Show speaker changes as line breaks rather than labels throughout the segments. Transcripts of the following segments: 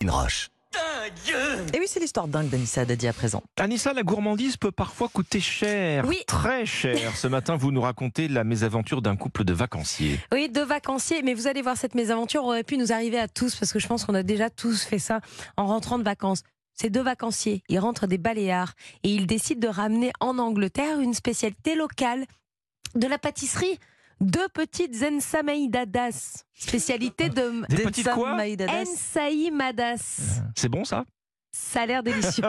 Roche.
Et oui, c'est l'histoire dingue d'Anissa Dadi à présent.
Anissa, la gourmandise peut parfois coûter cher,
Oui.
très cher. Ce matin, vous nous racontez la mésaventure d'un couple de vacanciers.
Oui, de vacanciers, mais vous allez voir, cette mésaventure aurait pu nous arriver à tous, parce que je pense qu'on a déjà tous fait ça en rentrant de vacances. Ces deux vacanciers, ils rentrent des Baléares et ils décident de ramener en Angleterre une spécialité locale de la pâtisserie. Deux petites ensaimadas, spécialité de
Des petites quoi ?
ensaimadas.
C'est bon ça ?
Ça a l'air délicieux.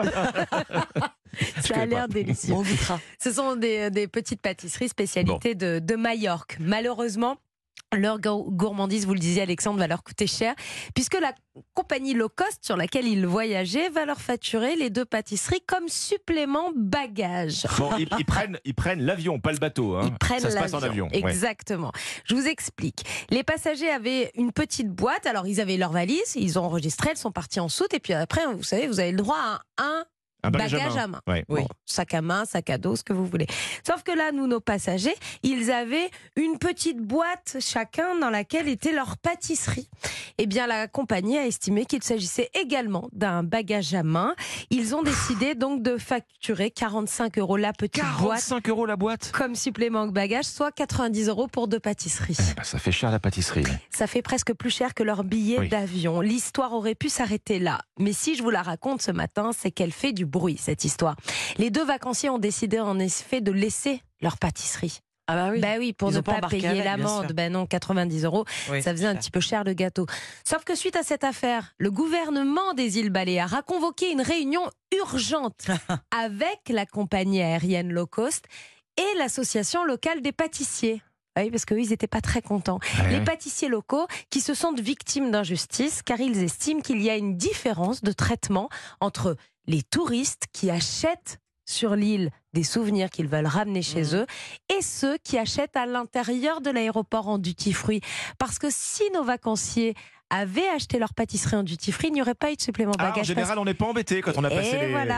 Ça a l'air délicieux.
On goûtera.
Ce sont des petites pâtisseries spécialité de Majorque. Malheureusement, leur gourmandise, vous le disiez Alexandre, va leur coûter cher, puisque la compagnie low cost sur laquelle ils voyageaient va leur facturer les deux pâtisseries comme supplément bagage.
Bon, ils prennent l'avion, pas le bateau. Hein.
Ils prennent
ça se passe en
l'avion.
avion.
Exactement. Je vous explique. Les passagers avaient une petite boîte, alors ils avaient leur valise, ils ont enregistré, elles sont parties en soute, et puis après, vous savez, vous avez le droit à un bagage à main.
Ouais.
Bon, sac à main, sac à dos, ce que vous voulez. Sauf que là, nous, nos passagers, ils avaient une petite boîte chacun dans laquelle était leur pâtisserie. Eh bien, la compagnie a estimé qu'il s'agissait également d'un bagage à main. Ils ont décidé donc de facturer 45 € la petite boîte.
45 € la boîte ?
Comme supplément de bagage, soit 90 € pour deux pâtisseries.
Ça fait cher la pâtisserie.
Ça fait presque plus cher que leur billet d'avion. L'histoire aurait pu s'arrêter là. Mais si je vous la raconte ce matin, c'est qu'elle fait du bruit, cette histoire. Les deux vacanciers ont décidé en effet de laisser leur pâtisserie.
Ah bah oui.
Bah oui, pour
Ils
ne
ont pas
pas
embarqué
payer
avec, bien
l'amende.
sûr.
Ben non, 90 €,
Oui,
ça faisait un petit peu cher le gâteau. Sauf que suite à cette affaire, le gouvernement des îles Baléares a convoqué une réunion urgente avec la compagnie aérienne low cost et l'association locale des pâtissiers. Oui, parce qu'eux, ils n'étaient pas très contents. Les pâtissiers locaux qui se sentent victimes d'injustice car ils estiment qu'il y a une différence de traitement entre les touristes qui achètent sur l'île des souvenirs qu'ils veulent ramener chez eux et ceux qui achètent à l'intérieur de l'aéroport en duty-free. Parce que si nos vacanciers avaient acheté leur pâtisserie en duty-free, il n'y aurait pas eu de supplément bagage.
En général, on n'est pas embêté quand on a passé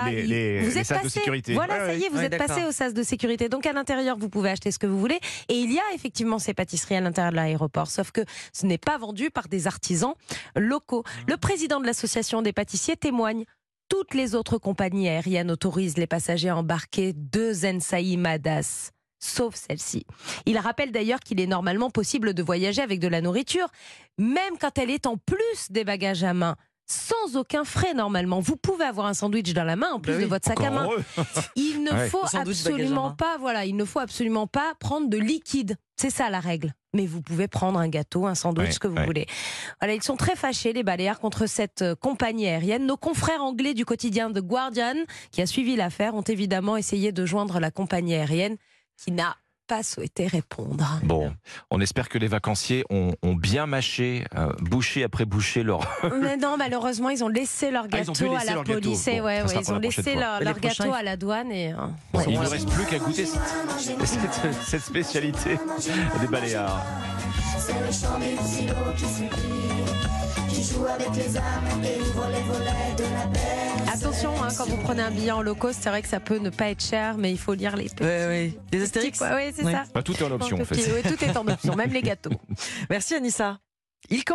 les sas de sécurité.
Voilà, ça y est, vous êtes
d'accord.
passé au sas de sécurité. Donc à l'intérieur, vous pouvez acheter ce que vous voulez. Et il y a effectivement ces pâtisseries à l'intérieur de l'aéroport. Sauf que ce n'est pas vendu par des artisans locaux. Le président de l'association des pâtissiers témoigne. Toutes les autres compagnies aériennes autorisent les passagers à embarquer deux ensaimadas, sauf celle-ci. Il rappelle d'ailleurs qu'il est normalement possible de voyager avec de la nourriture, même quand elle est en plus des bagages à main. Sans aucun frais normalement. Vous pouvez avoir un sandwich dans la main en plus de votre sac à main. Il ne faut il ne faut absolument pas prendre de liquide. C'est ça la règle. Mais vous pouvez prendre un gâteau, un sandwich, ce que vous voulez. Voilà, ils sont très fâchés, les Baléares, contre cette compagnie aérienne. Nos confrères anglais du quotidien The Guardian, qui a suivi l'affaire, ont évidemment essayé de joindre la compagnie aérienne, qui n'a pas souhaité répondre.
Bon, on espère que les vacanciers ont bien mâché, bouchée après bouchée leur...
Mais non, malheureusement, ils ont laissé leur
ils ont
gâteau
dû
à
laisser
la
leur gâteau.
police.
Bon,
Ils ont laissé leur gâteau à la douane. Et,
Il ne reste plus qu'à goûter cette spécialité des Baléares.
C'est le chant des silos qui joue avec les âmes et ouvre les volets de la paix.
Attention, quand vous prenez un billet en low cost, c'est vrai que ça peut ne pas être cher, mais il faut lire les petits.
Les Astérix.
Oui, c'est ça.
Tout est en option en fait.
Oui, tout est en option, même les gâteaux.
Merci Anissa.